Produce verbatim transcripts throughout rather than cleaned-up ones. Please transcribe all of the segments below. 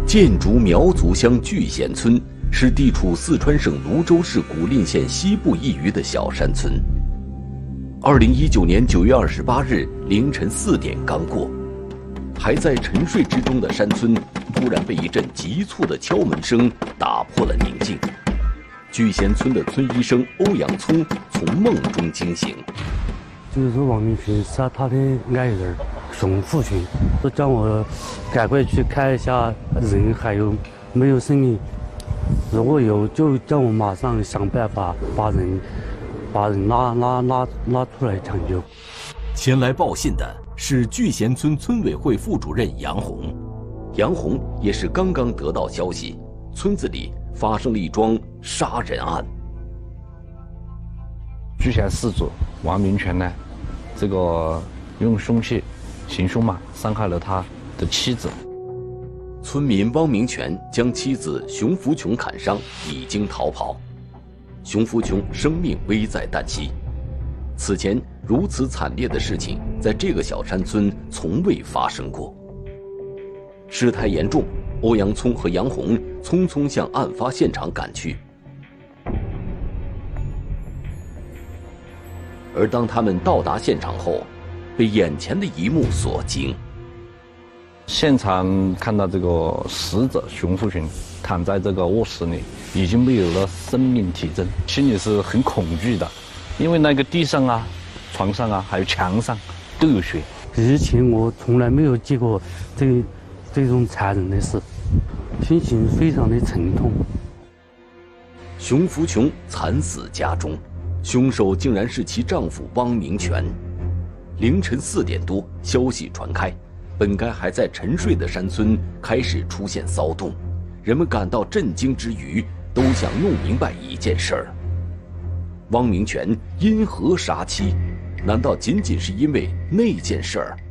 建竹苗族乡聚贤村是地处四川省泸州市古蔺县西部一隅的小山村。二零一九年九月二十八日凌晨四点刚过，还在沉睡之中的山村突然被一阵急促的敲门声打破了宁静。聚贤村的村医生欧阳聪从梦中惊醒。 就是说王明群杀他的爱人熊富群，都叫我赶快去看一下人还有没有生命，如果有就叫我马上想办法把人把人拉拉拉拉出来抢救。 前来报信的是聚贤村村委会副主任杨红。杨红也是刚刚得到消息，村子里发生了一桩杀人案。 聚贤事主王明全呢，这个用凶器行凶嘛，伤害了他的妻子。 村民汪明全将妻子熊福琼砍伤，已经逃跑。熊福琼生命危在旦夕。此前如此惨烈的事情，在这个小山村从未发生过。事态严重，欧阳聪和杨红匆匆向案发现场赶去。而当他们到达现场后，被眼前的一幕所惊。 现场看到这个死者熊福群躺在这个卧室里，已经没有了生命体征，心里是很恐惧的，因为那个地上啊、床上啊，还有墙上都有血。 以前我从来没有见过这这种残忍的事，心情非常的沉痛。 熊福琼惨死家中，凶手竟然是其丈夫汪明全。凌晨四点多，消息传开，本该还在沉睡的山村开始出现骚动，人们感到震惊之余，都想弄明白一件事儿：汪明全因何杀妻？难道仅仅是因为那件事儿？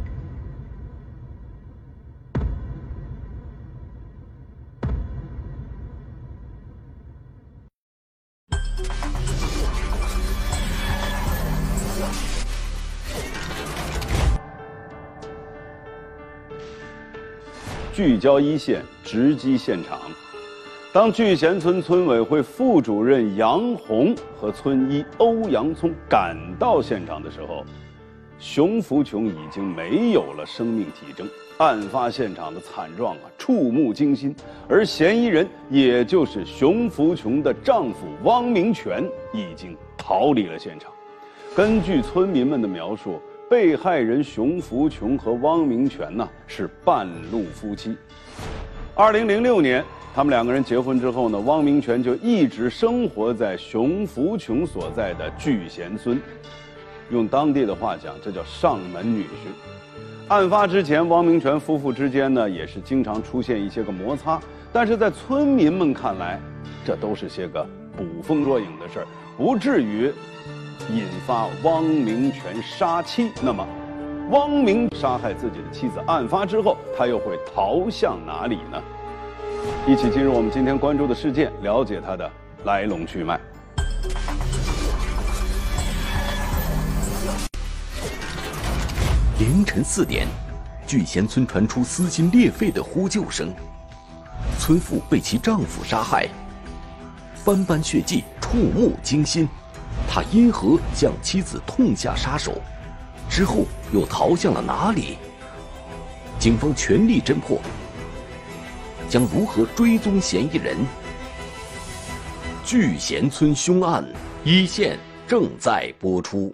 聚焦一线，直击现场。当聚贤村村委会副主任杨红和村医欧阳聪赶到现场的时候，熊福琼已经没有了生命体征。案发现场的惨状啊，触目惊心。而嫌疑人，也就是熊福琼的丈夫汪明全，已经逃离了现场。根据村民们的描述，被害人熊福琼和汪明全呢是半路夫妻。二零零六年，他们两个人结婚之后呢，汪明全就一直生活在熊福琼所在的聚贤村。用当地的话讲，这叫上门女婿。案发之前，汪明全夫妇之间呢也是经常出现一些个摩擦，但是在村民们看来，这都是些个捕风捉影的事儿，不至于引发汪明全杀妻。那么，汪明杀害自己的妻子，案发之后他又会逃向哪里呢？一起进入我们今天关注的事件，了解它的来龙去脉。 凌晨四点，聚贤村传出撕心裂肺的呼救声，村妇被其丈夫杀害，斑斑血迹，触目惊心。他因何向妻子痛下杀手？之后又逃向了哪里？警方全力侦破，将如何追踪嫌疑人？聚贤村凶案一线正在播出。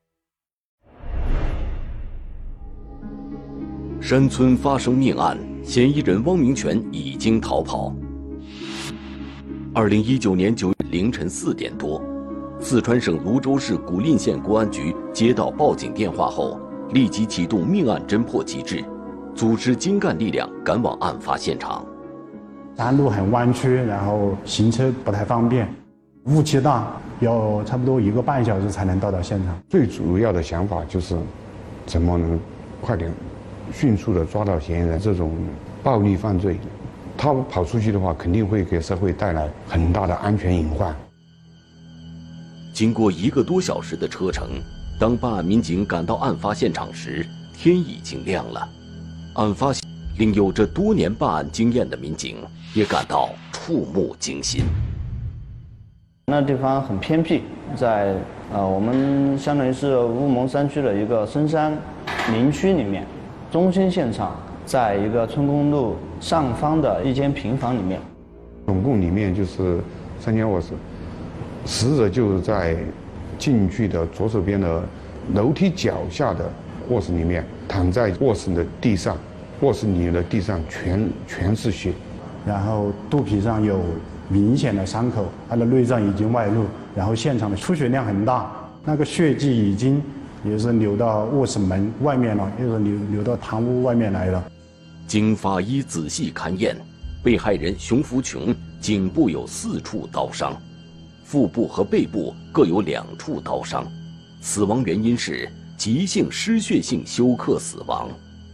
山村发生命案，嫌疑人汪明全已经逃跑。二零一九年九月凌晨四点多，四川省泸州市古蔺县公安局接到报警电话后，立即启动命案侦破机制，组织精干力量赶往案发现场。 山路很弯曲，然后行车不太方便，雾气大，要差不多一个半小时才能到达现场。 最主要的想法就是，怎么能快点、迅速地抓到嫌疑人。这种暴力犯罪，他跑出去的话，肯定会给社会带来很大的安全隐患。 经过一个多小时的车程，当办案民警赶到案发现场时，天已经亮了。案发令有着多年办案经验的民警也感到触目惊心。 那地方很偏僻，在呃我们相当于是乌蒙山区的一个深山林区里面，中心现场在一个春宫路上方的一间平房里面。 总共里面就是三间卧室，死者就在进去的左手边的楼梯脚下的卧室里面，躺在卧室的地上，卧室里的地上全全是血， 然后肚皮上有明显的伤口，他的内脏已经外露，然后现场的出血量很大，那个血迹已经也是流到卧室门外面了，又是流流到堂屋外面来了。 经法医仔细勘验，被害人熊福琼颈部有四处刀伤，腹部和背部各有两处刀伤，死亡原因是急性失血性休克死亡。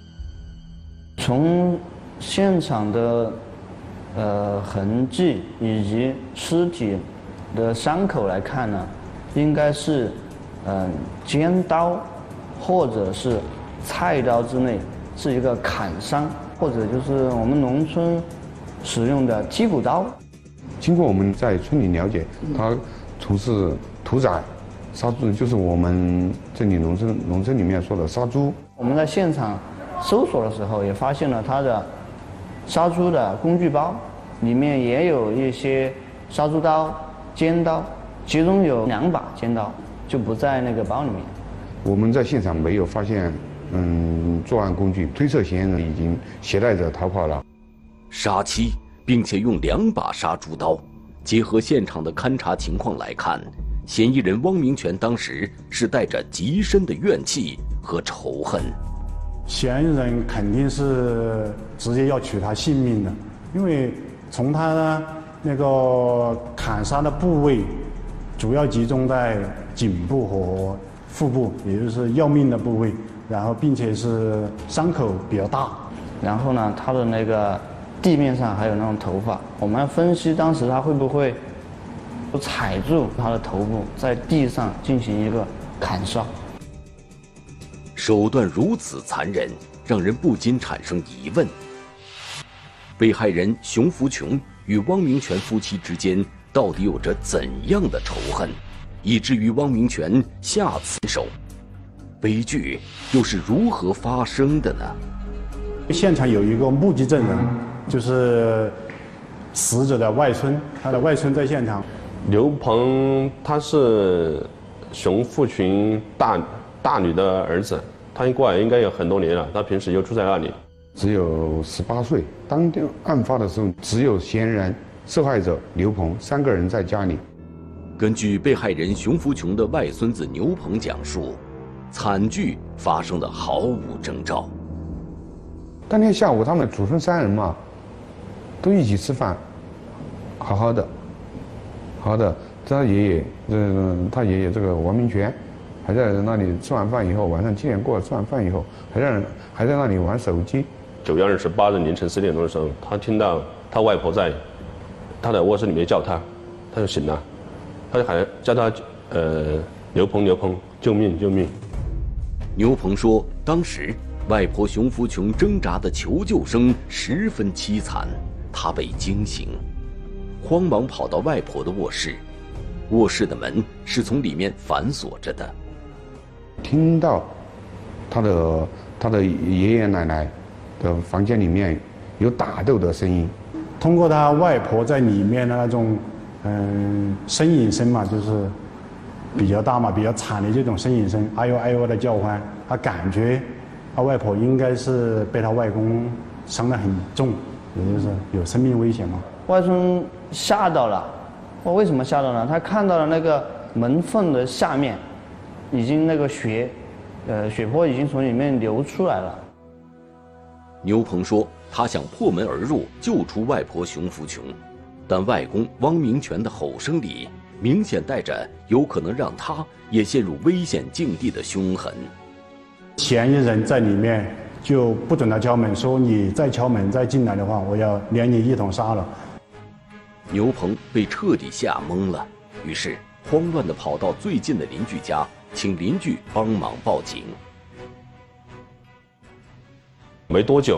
从现场的呃痕迹以及尸体的伤口来看呢，应该是嗯、呃、尖刀或者是菜刀之类，是一个砍伤，或者就是我们农村使用的剔骨刀。 经过我们在村里了解，他从事屠宰、杀猪，就是我们这里农村农村里面说的杀猪。 我们在现场搜索的时候，也发现了他的杀猪的工具包，里面也有一些杀猪刀、尖刀，其中有两把尖刀就不在那个包里面。 我们在现场没有发现，嗯，作案工具，推测嫌疑人已经携带着逃跑了。 杀妻，并且用两把杀猪刀。结合现场的勘查情况来看，嫌疑人汪明全当时是带着极深的怨气和仇恨。 嫌疑人肯定是直接要取他性命的，因为从他那个砍杀的部位，主要集中在颈部和腹部，也就是要命的部位，然后并且是伤口比较大。 然后呢，他的那个地面上还有那种头发，我们要分析当时他会不会踩住他的头部，在地上进行一个砍杀。 手段如此残忍，让人不禁产生疑问：被害人熊福琼与汪明全夫妻之间到底有着怎样的仇恨，以至于汪明全下此手？悲剧又是如何发生的呢？ 现场有一个目击证人，就是死者的外孙，他的外孙在现场。 刘鹏他是熊福群大大女的儿子，他过来应该有很多年了，他平时又住在那里。 只有十八岁，当天案发的时候，只有嫌疑人、受害者刘鹏三个人在家里。 根据被害人熊福琼的外孙子牛鹏讲述，惨剧发生的毫无征兆。 当天下午，他们祖孙三人嘛，都一起吃饭，好好的，好好的。他爷爷，呃，他爷爷这个王明全，还在那里吃完饭以后，晚上七点过了，吃完饭以后，还在还在那里玩手机。 九月二十八日凌晨四点钟的时候，他听到他外婆在他的卧室里面叫他，他就醒了，他就喊叫他，呃，刘鹏，刘鹏，救命，救命！ 牛鹏说，当时外婆熊福琼挣扎的求救声十分凄惨，他被惊醒，慌忙跑到外婆的卧室，卧室的门是从里面反锁着的。 听到他的他的爷爷奶奶的房间里面有打斗的声音， 通过他外婆在里面的那种嗯呻吟声嘛，就是比较大嘛，比较惨的这种呻吟声，哎呦哎呦的叫唤，他感觉他外婆应该是被他外公伤得很重，也就是有生命危险嘛。 外孙吓到了，我为什么吓到呢？他看到了那个门缝的下面，已经那个血，呃，血泊已经从里面流出来了。 牛鹏说，他想破门而入，救出外婆熊福琼，但外公汪明全的吼声里，明显带着有可能让他也陷入危险境地的凶狠。 嫌疑人在里面就不准他敲门，说你再敲门再进来的话，我要连你一同杀了。 牛鹏被彻底吓懵了，于是慌乱地跑到最近的邻居家，请邻居帮忙报警。 没多久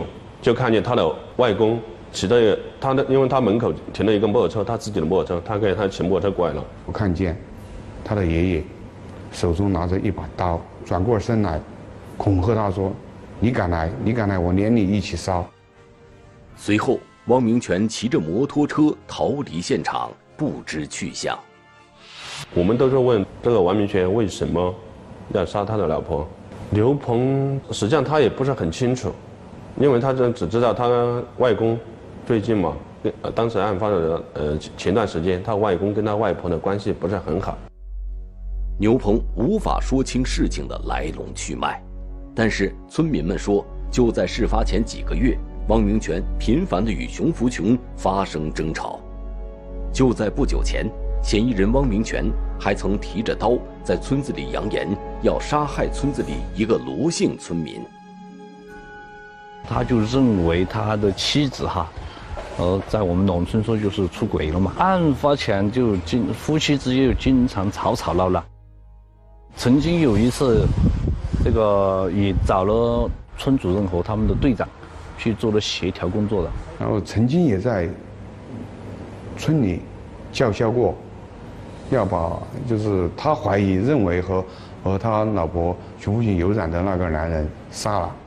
就看见他的外公骑着他的，因为他门口停了一个摩托车，他自己的摩托车，他跟他骑摩托车过来了。 我看见他的爷爷手中拿着一把刀，转过身来，恐吓他说：“你敢来，你敢来，我连你一起烧。” 随后，汪明荃骑着摩托车逃离现场，不知去向。 我们都是问这个王明荃为什么要杀他的老婆。刘鹏实际上他也不是很清楚，因为他这只知道他外公最近嘛，呃，当时案发的呃前段时间，他外公跟他外婆的关系不是很好。 牛鹏无法说清事情的来龙去脉，但是村民们说，就在事发前几个月，汪明荃频繁地与熊福琼发生争吵。就在不久前，嫌疑人汪明荃还曾提着刀在村子里扬言要杀害村子里一个卢姓村民。 他就认为他的妻子哈，呃，在我们农村说就是出轨了嘛。案发前就经夫妻之间就经常吵吵闹闹。曾经有一次，这个也找了村主任和他们的队长去做了协调工作的。 然后曾经也在村里叫嚣过，要把就是他怀疑认为和和他老婆熊福琼有染的那个男人杀了。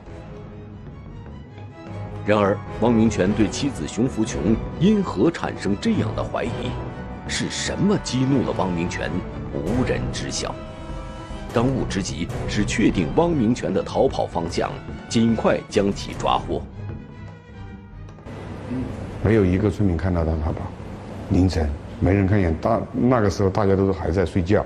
然而，汪明荃对妻子熊福琼因何产生这样的怀疑？是什么激怒了汪明荃？无人知晓。当务之急是确定汪明荃的逃跑方向，尽快将其抓获。 没有一个村民看到他逃跑，凌晨没人看见，大那个时候大家都还在睡觉。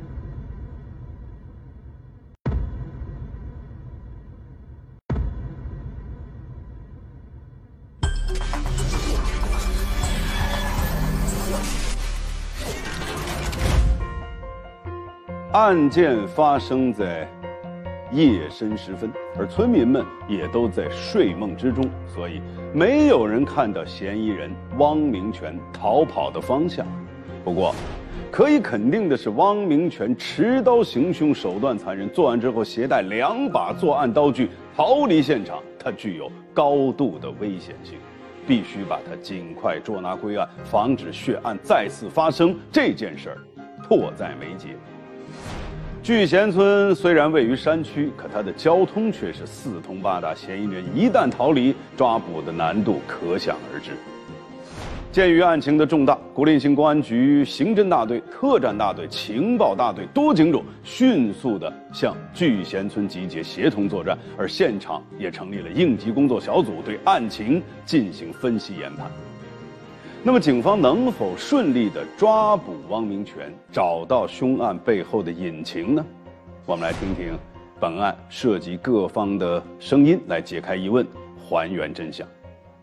案件发生在夜深时分，而村民们也都在睡梦之中，所以没有人看到嫌疑人汪明荃逃跑的方向。不过，可以肯定的是，汪明荃持刀行凶，手段残忍，作案之后携带两把作案刀具逃离现场，他具有高度的危险性，必须把他尽快捉拿归案，防止血案再次发生。这件事儿迫在眉睫。聚贤村虽然位于山区，可它的交通却是四通八达，嫌疑人一旦逃离，抓捕的难度可想而知。鉴于案情的重大，古蔺县公安局刑侦大队、特战大队、情报大队多警种迅速地向聚贤村集结，协同作战，而现场也成立了应急工作小组，对案情进行分析研判。那么，警方能否顺利地抓捕汪明荃，找到凶案背后的隐情呢？我们来听听本案涉及各方的声音，来解开疑问，还原真相。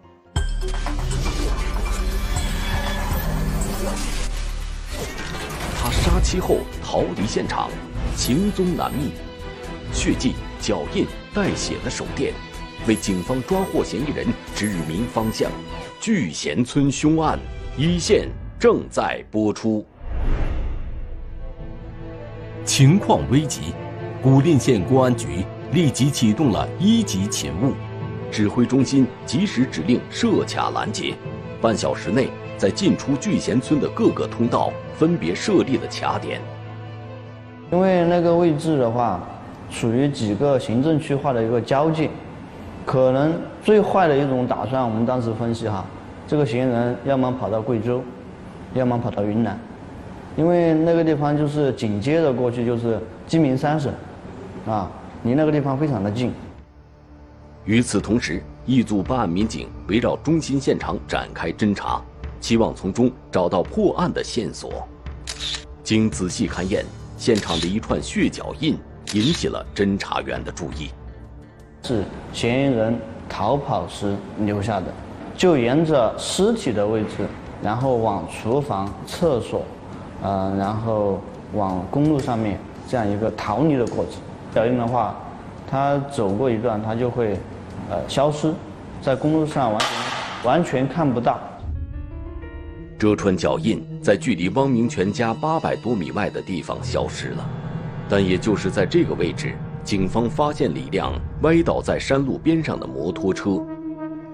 他杀妻后逃离现场，行踪难觅，血迹、脚印、带血的手电，为警方抓获嫌疑人指明方向。聚贤村凶案一线正在播出。情况危急，古蔺县公安局立即启动了一级勤务，指挥中心及时指令设卡拦截，半小时内在进出聚贤村的各个通道分别设立了卡点。 因为那个位置的话，属于几个行政区划的一个交界。可能最坏的一种打算，我们当时分析哈，这个嫌疑人要么跑到贵州，要么跑到云南，因为那个地方就是紧接着过去就是鸡鸣三省，啊，离那个地方非常的近。 与此同时，一组办案民警围绕中心现场展开侦查，期望从中找到破案的线索。经仔细勘验，现场的一串血脚印引起了侦查员的注意。 是嫌疑人逃跑时留下的，就沿着尸体的位置，然后往厨房、厕所，呃，然后往公路上面这样一个逃离的过程。脚印的话，他走过一段，他就会呃消失，在公路上完全完全看不到。 这串脚印在距离汪明荃家八百多米外的地方消失了，但也就是在这个位置，警方发现了一辆歪倒在山路边上的摩托车。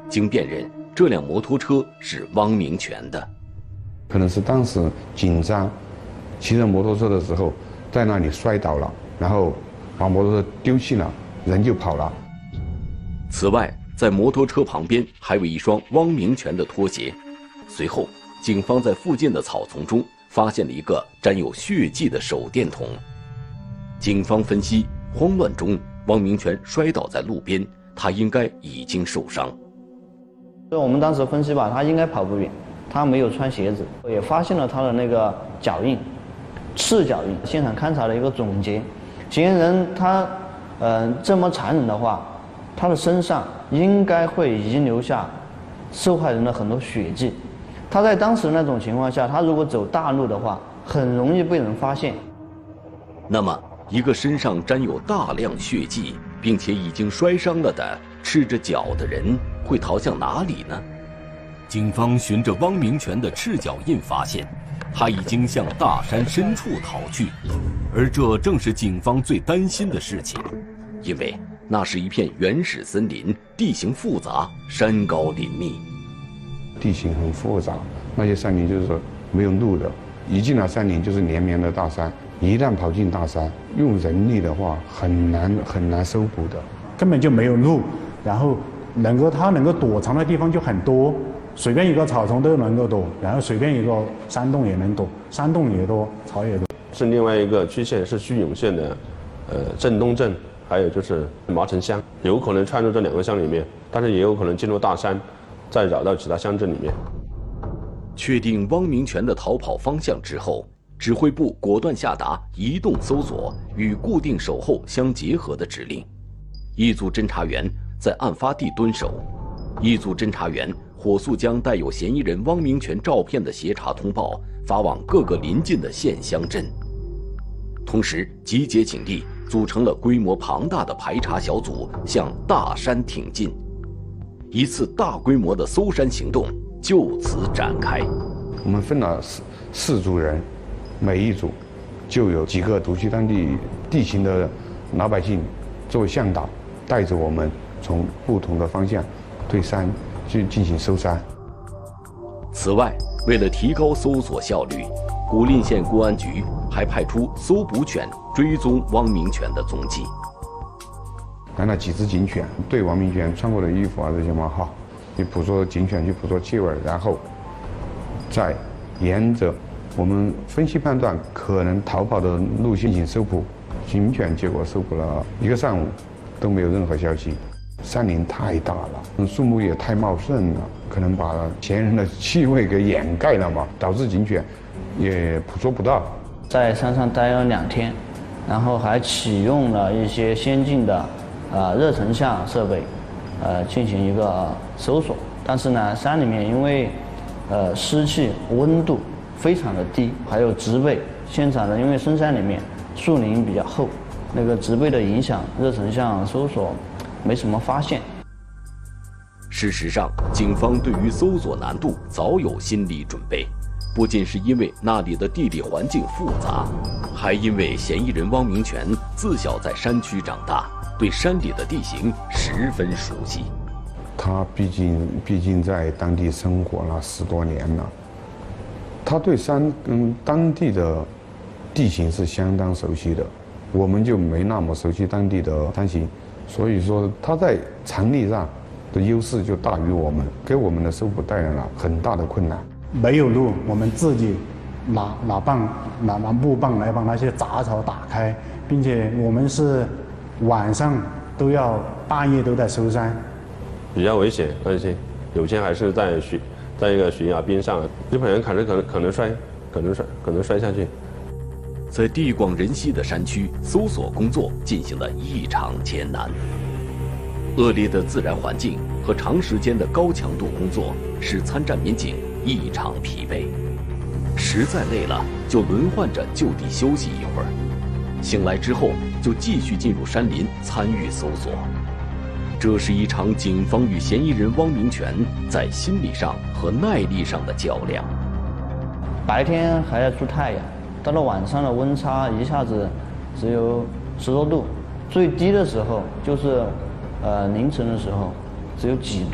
经辨认，这辆摩托车是汪明荃的。 可能是当时紧张，骑着摩托车的时候在那里摔倒了，然后把摩托车丢弃了，人就跑了。 此外，在摩托车旁边还有一双汪明荃的拖鞋。随后，警方在附近的草丛中发现了一个沾有血迹的手电筒。警方分析，慌乱中汪明荃摔倒在路边，他应该已经受伤。 我们当时分析吧，他应该跑不远，他没有穿鞋子，也发现了他的那个脚印，赤脚印。现场勘查的一个总结，嫌疑人他呃这么残忍的话，他的身上应该会遗留下受害人的很多血迹。他在当时那种情况下，他如果走大路的话，很容易被人发现。 那么，一个身上沾有大量血迹，并且已经摔伤了的赤着脚的人，会逃向哪里呢？警方循着汪明荃的赤脚印发现，他已经向大山深处逃去，而这正是警方最担心的事情，因为那是一片原始森林，地形复杂，山高林密。 地形很复杂，那些山林就是说没有路的，一进了山林就是连绵的大山，一旦跑进大山，用人力的话很难很难修补的， 根本就没有路，然后能够它能够躲藏的地方就很多，随便一个草丛都能够躲，然后随便一个山洞也能躲，山洞也多，草也多。 是另外一个区县是叙永县的，呃镇东镇，还有就是麻城乡，有可能串入这两个乡里面，但是也有可能进入大山，再绕到其他乡镇里面。 确定汪明荃的逃跑方向之后，指挥部果断下达移动搜索与固定守候相结合的指令。一组侦查员在案发地蹲守，一组侦查员火速将带有嫌疑人汪明荃照片的协查通报发往各个邻近的县乡镇，同时集结警力，组成了规模庞大的排查小组，向大山挺进。一次大规模的搜山行动就此展开。 我们分了四四组人，每一组就有几个熟悉当地地形的老百姓作为向导，带着我们从不同的方向对山去进行搜山。 此外，为了提高搜索效率，古蔺县公安局还派出搜捕犬追踪汪明荃的踪迹。 来了几只警犬，对王明荃穿过的衣服啊这些嘛哈，去捕捉警犬去捕捉气味，然后再沿着我们分析判断可能逃跑的路线进行搜捕。警犬结果搜捕了一个上午，都没有任何消息。山林太大了，树木也太茂盛了，可能把嫌疑人的气味给掩盖了嘛，导致警犬也捕捉不到。 在山上待了两天，然后还启用了一些先进的呃热成像设备，呃进行一个搜索。但是呢，山里面因为呃湿气、温度非常的低，还有植被，现场呢因为深山里面树林比较厚，那个植被的影响，热成像搜索没什么发现。 事实上，警方对于搜索难度早有心理准备，不仅是因为那里的地理环境复杂，还因为嫌疑人汪明荃自小在山区长大，对山里的地形十分熟悉。 他毕竟毕竟在当地生活了十多年了，他对山嗯当地的地形是相当熟悉的，我们就没那么熟悉当地的山形，所以说他在常力上的优势就大于我们，给我们的搜捕带来了很大的困难。 没有路，我们自己拿拿棒拿拿木棒来把那些杂草打开，并且我们是晚上都要半夜都在搜山， 比较危险，而且有些还是在悬在一个悬崖边上，日本人可能可能可能摔，可能摔可能摔下去。 在地广人稀的山区，搜索工作进行得异常艰难。恶劣的自然环境和长时间的高强度工作使参战民警异常疲惫，实在累了就轮换着就地休息一会儿，醒来之后就继续进入山林参与搜索。这是一场警方与嫌疑人汪明荃在心理上和耐力上的较量。 白天还要出太阳，到了晚上的温差一下子只有十多度，最低的时候就是呃凌晨的时候只有几度，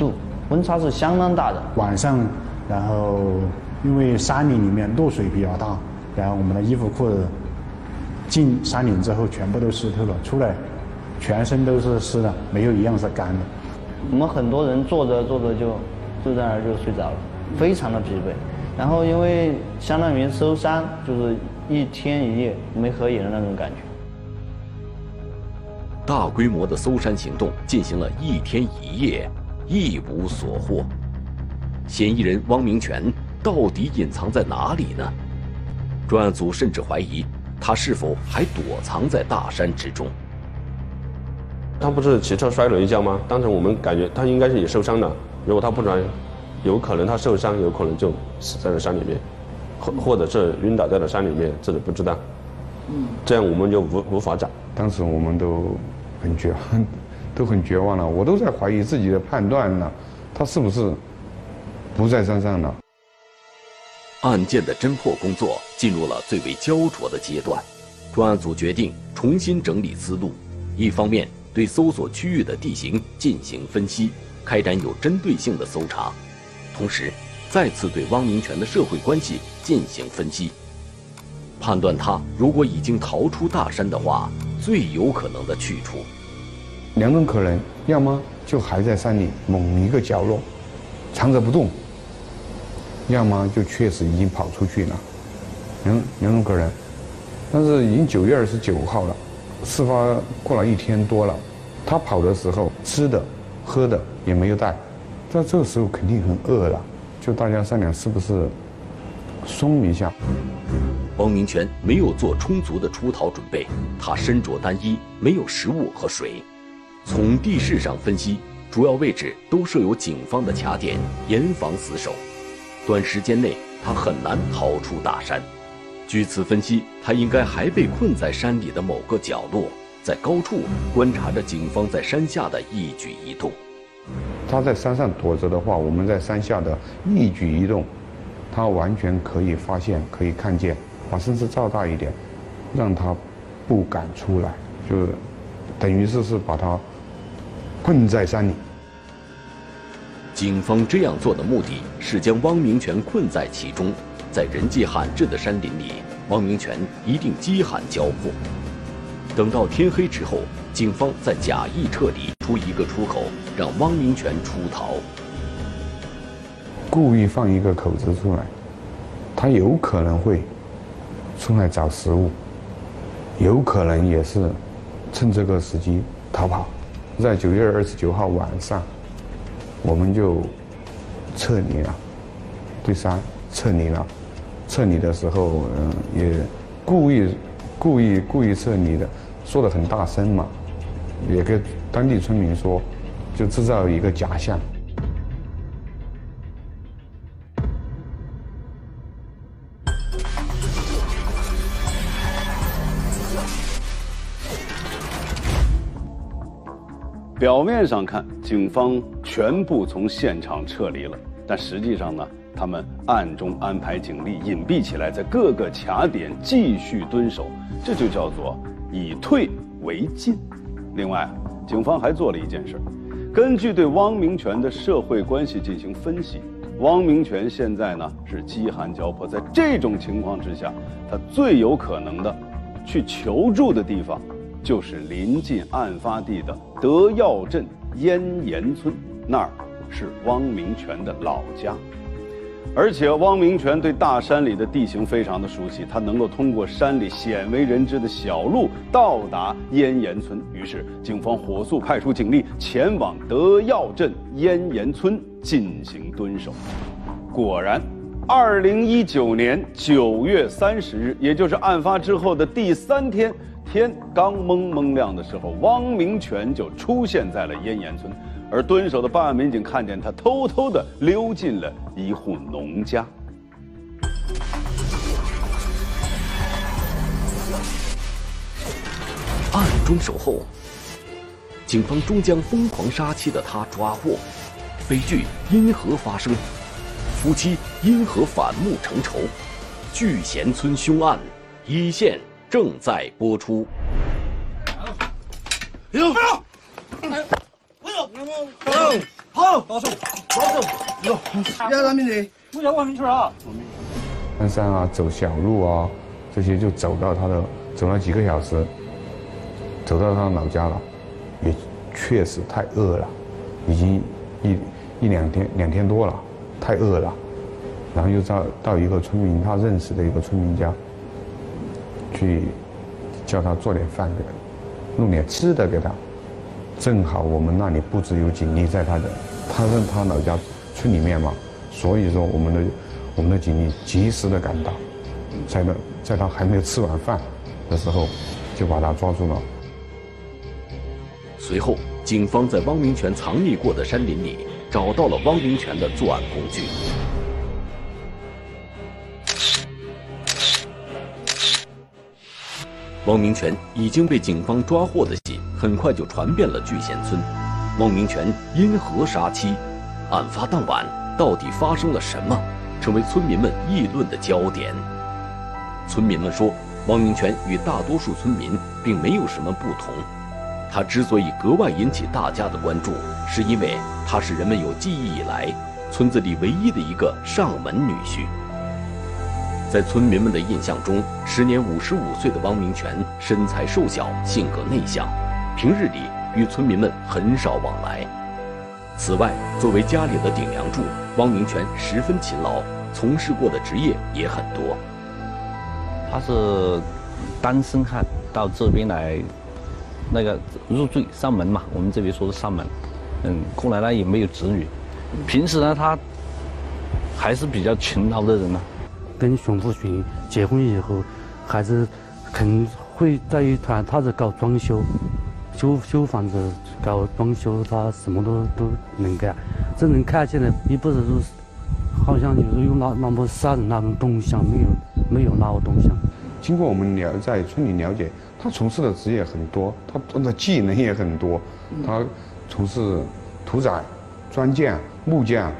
温差是相当大的。 晚上，然后因为山林里面落水比较大，然后我们的衣服裤子进山林之后全部都湿透了，出来全身都是湿的，没有一样是干的。 我们很多人坐着坐着就就在那儿就睡着了，非常的疲惫。然后因为相当于搜山，就是一天一夜没合眼的那种感觉。 大规模的搜山行动进行了一天一夜，一无所获。嫌疑人汪明荃到底隐藏在哪里呢？专案组甚至怀疑他是否还躲藏在大山之中。 他不是骑车摔了一跤吗？当时我们感觉他应该是也受伤了。如果他不然，有可能他受伤，有可能就死在了山里面，或或者是晕倒在了山里面，自己不知道。嗯，这样我们就无无法找。 当时我们都很绝望，都很绝望了。我都在怀疑自己的判断了，他是不是不在山上了？ 案件的侦破工作进入了最为焦灼的阶段，专案组决定重新整理思路，一方面对搜索区域的地形进行分析，开展有针对性的搜查，同时再次对汪明荃的社会关系进行分析，判断他如果已经逃出大山的话，最有可能的去处。 两种可能，要么就还在山里某一个角落藏着不动，要么就确实已经跑出去了，两两种可能。但是已经九月二十九号了，事发过了一天多了，他跑的时候吃的喝的也没有带，在这个时候肯定很饿了，就大家商量是不是松一下。 汪明荃没有做充足的出逃准备，他身着单衣，没有食物和水。从地势上分析，主要位置都设有警方的卡点，严防死守。短时间内，他很难逃出大山。据此分析，他应该还被困在山里的某个角落，在高处观察着警方在山下的一举一动。 他在山上躲着的话，我们在山下的一举一动，他完全可以发现，可以看见，把声势照大一点，让他不敢出来，就等于是是把他困在山里。 警方这样做的目的是将汪明荃困在其中，在人迹罕至的山林里，汪明荃一定饥寒交迫。等到天黑之后，警方再假意撤离出一个出口，让汪明荃出逃。 故意放一个口子出来，他有可能会出来找食物，有可能也是趁这个时机逃跑。在九月二十九号晚上，我们就撤离了，对山撤离了。撤离的时候，嗯，也故意、故意、故意撤离的，说得很大声嘛，也跟当地村民说，就制造一个假象。 表面上看，警方全部从现场撤离了，但实际上呢，他们暗中安排警力隐蔽起来，在各个卡点继续蹲守，这就叫做以退为进。另外，警方还做了一件事，根据对汪明荃的社会关系进行分析，汪明荃现在呢是饥寒交迫，在这种情况之下，他最有可能的去求助的地方，就是临近案发地的德耀镇燕岩村，那儿是汪明荃的老家。而且汪明荃对大山里的地形非常的熟悉，他能够通过山里鲜为人知的小路到达燕岩村。于是警方火速派出警力前往德耀镇燕岩村进行蹲守。果然二零一九年九月三十日，也就是案发之后的第三天，天刚蒙蒙亮的时候，汪明荃就出现在了燕岩村。而蹲守的办案民警看见他偷偷地溜进了一户农家。 暗中守候，警方终将疯狂杀妻的他抓获。悲剧因何发生？夫妻因何反目成仇？聚贤村凶案，一线正在播出。 有没有？跑！跑！跑！ 走，走，要让民的，我要王明圈啊。 登山啊，走小路啊，这些就走到他的，走了几个小时，走到他老家了，也确实太饿了，已经一一两天两天多了，太饿了。然后又到到一个村民他认识的一个村民家，去叫他做点饭给他，弄点吃的给他。正好我们那里布置有警力在他的，他是他老家村里面嘛，所以说我们的我们的警力及时的赶到，在那在他还没有吃完饭的时候，就把他抓住了。 随后，警方在汪明荃藏匿过的山林里找到了汪明荃的作案工具。汪明荃已经被警方抓获的信很快就传遍了聚贤村。汪明荃因何杀妻？案发当晚到底发生了什么？成为村民们议论的焦点。村民们说，汪明荃与大多数村民并没有什么不同。他之所以格外引起大家的关注，是因为他是人们有记忆以来村子里唯一的一个上门女婿。在村民们的印象中，时年五十五岁的汪明荃身材瘦小，性格内向，平日里与村民们很少往来。此外，作为家里的顶梁柱，汪明荃十分勤劳，从事过的职业也很多。 他是单身汉到这边来，那个入赘上门嘛，我们这边说的上门。嗯，过来呢也没有子女，平时呢他还是比较勤劳的人呢。 跟熊福群结婚以后，还是肯会在一团，他是搞装修，修修房子、搞装修，他什么都都能干。这人看起来并不是说，好像就是有那那么杀人那种动向，没有没有那个动向。 经过我们了在村里了解，他从事的职业很多，他的技能也很多，他从事屠宰、砖匠、木匠。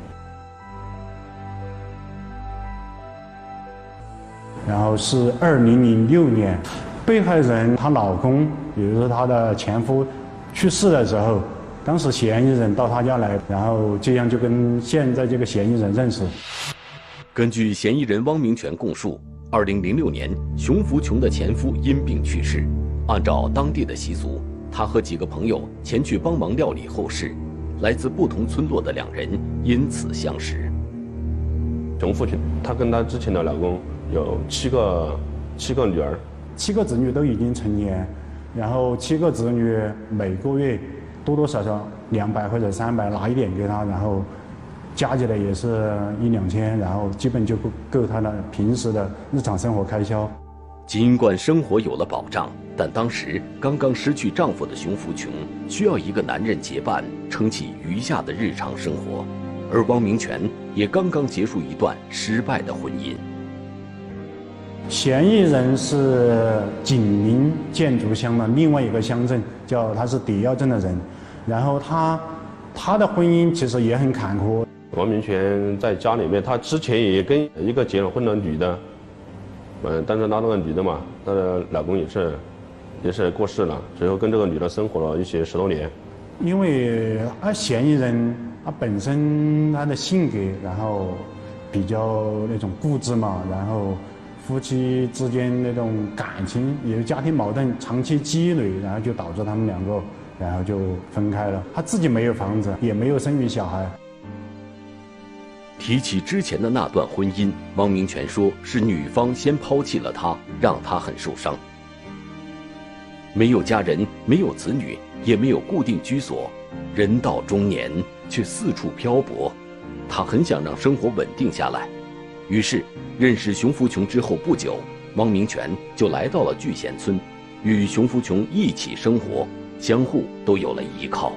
然后是二零零六年，被害人她老公，也就是她的前夫，去世的时候，当时嫌疑人到她家来，然后这样就跟现在这个嫌疑人认识。 根据嫌疑人汪明荃供述，二零零六年，熊福琼的前夫因病去世，按照当地的习俗，他和几个朋友前去帮忙料理后事，来自不同村落的两人因此相识。 熊福琼，她跟她之前的老公有七个七个女儿， 七个子女都已经成年，然后七个子女每个月多多少少两百或者三百拿一点给他，然后加起来也是一两千，然后基本就够够他的平时的日常生活开销。 尽管生活有了保障，但当时刚刚失去丈夫的熊福琼需要一个男人结伴撑起余下的日常生活，而汪明荃也刚刚结束一段失败的婚姻。 嫌疑人是紧邻建筑乡的另外一个乡镇，叫他是蝶药镇的人，然后他他的婚姻其实也很坎坷。 王明荃在家里面，他之前也跟一个结了婚的女的，嗯，但是他那个女的嘛，她的老公也是也是过世了，随后跟这个女的生活了一些十多年。 因为啊，嫌疑人他本身他的性格，然后比较那种固执嘛，然后夫妻之间那种感情也有家庭矛盾长期积累，然后就导致他们两个然后就分开了。他自己没有房子，也没有生育小孩。 提起之前的那段婚姻，汪明荃说是女方先抛弃了他，让他很受伤。没有家人，没有子女，也没有固定居所，人到中年却四处漂泊，他很想让生活稳定下来。于是认识熊福琼之后不久，汪明荃就来到了聚贤村，与熊福琼一起生活，相互都有了依靠。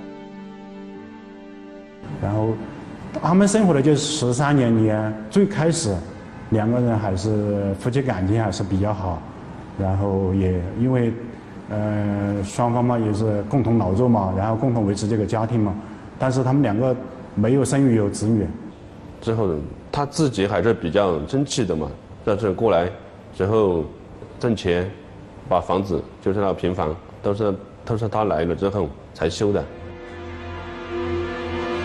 然后他们生活的这十三年里，最开始两个人还是夫妻感情还是比较好，然后也因为呃双方嘛也是共同劳作嘛，然后共同维持这个家庭嘛，但是他们两个没有生育有子女。 之后他自己还是比较争气的嘛，但是过来之后挣钱，把房子就是那平房都是都是他来了之后才修的。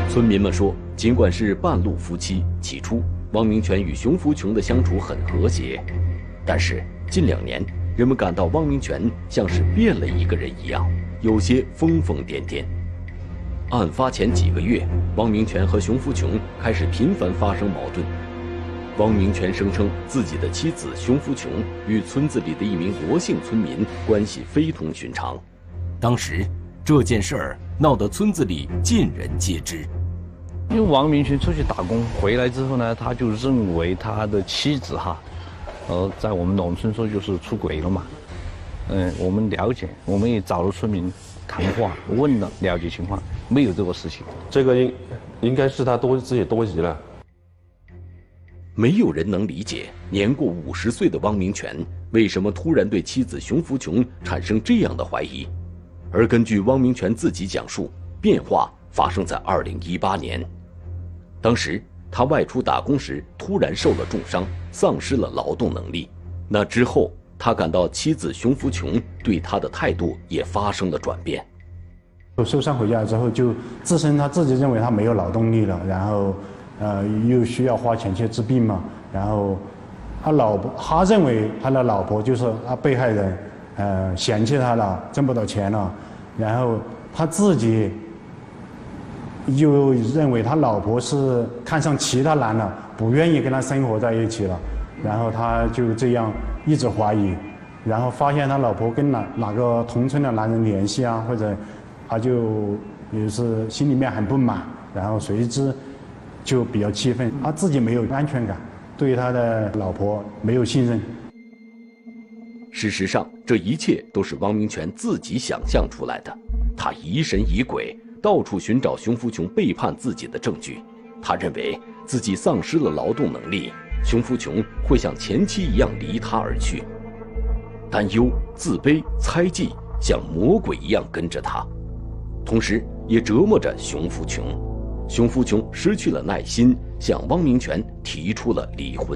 村民们说，尽管是半路夫妻，起初汪明荃与熊福琼的相处很和谐，但是近两年，人们感到汪明荃像是变了一个人一样，有些疯疯癫癫。案发前几个月，汪明荃和熊福琼开始频繁发生矛盾。汪明荃声称自己的妻子熊福琼与村子里的一名罗姓村民关系非同寻常，当时这件事儿闹得村子里尽人皆知。 因为王明荃出去打工回来之后呢，他就认为他的妻子哈，呃，在我们农村说就是出轨了嘛。嗯，我们了解，我们也找了村民谈话，问了了解情况，没有这个事情。 这个应应该是他多自己多疑了。 没有人能理解年过五十岁的汪明荃为什么突然对妻子熊福琼产生这样的怀疑。而根据汪明荃自己讲述，变化发生在二零一八年。当时他外出打工时突然受了重伤，丧失了劳动能力。那之后，他感到妻子熊福琼对他的态度也发生了转变。 受伤回家之后，就自身他自己认为他没有劳动力了，然后。呃，又需要花钱去治病嘛，然后他老婆，他认为他的老婆就是他被害人，呃，嫌弃他了，挣不到钱了，然后他自己又认为他老婆是看上其他男了，不愿意跟他生活在一起了，然后他就这样一直怀疑，然后发现他老婆跟哪哪个同村的男人联系啊，或者他就也是心里面很不满，然后随之。就比较气愤，他自己没有安全感，对他的老婆没有信任。 事实上，这一切都是汪明荃自己想象出来的。他疑神疑鬼，到处寻找熊福琼背叛自己的证据。他认为自己丧失了劳动能力，熊福琼会像前妻一样离他而去。担忧、自卑、猜忌像魔鬼一样跟着他，同时也折磨着熊福琼。熊福琼失去了耐心，向汪明荃提出了离婚。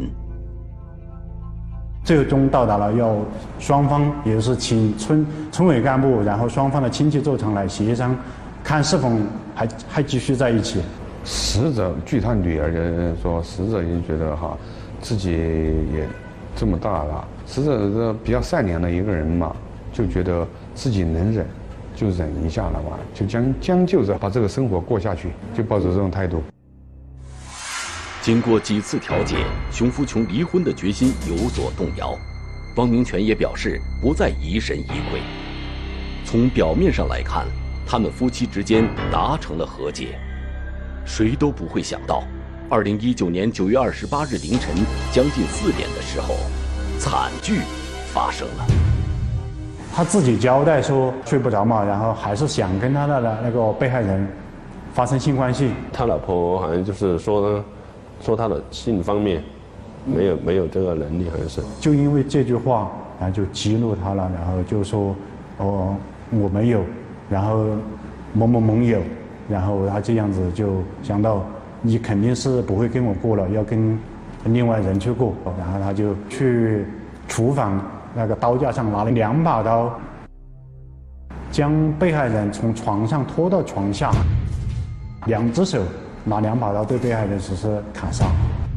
最终到达了要双方，也就是请村村委干部，然后双方的亲戚座谈来协商，看是否还还继续在一起。 死者据他女儿说，死者也觉得哈，自己也这么大了，死者是比较善良的一个人嘛，就觉得自己能忍。就忍一下了嘛，就将将就着把这个生活过下去，就抱着这种态度。 经过几次调解，熊福琼离婚的决心有所动摇。汪明荃也表示不再疑神疑鬼。从表面上来看，他们夫妻之间达成了和解。谁都不会想到，二零一九年九月二十八日凌晨将近四点的时候，惨剧发生了。 他自己交代说睡不着嘛，然后还是想跟他的那个被害人发生性关系。 他老婆好像就是说，说他的性方面没有没有这个能力，好像是。 就因为这句话，然后就激怒他了，然后就说，哦，我没有，然后某某某有，然后他这样子就想到你肯定是不会跟我过了，要跟另外人去过，然后他就去厨房。那个刀架上拿了两把刀，将被害人从床上拖到床下，两只手拿两把刀对被害人实施砍杀。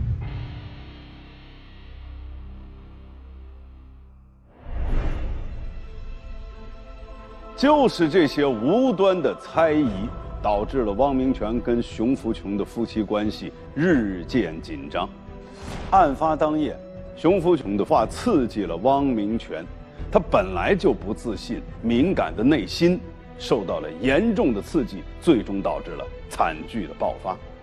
就是这些无端的猜疑，导致了汪明荃跟熊福琼的夫妻关系日渐紧张。案发当夜，熊福琼的话刺激了汪明荃，他本来就不自信、敏感的内心受到了严重的刺激，最终导致了惨剧的爆发。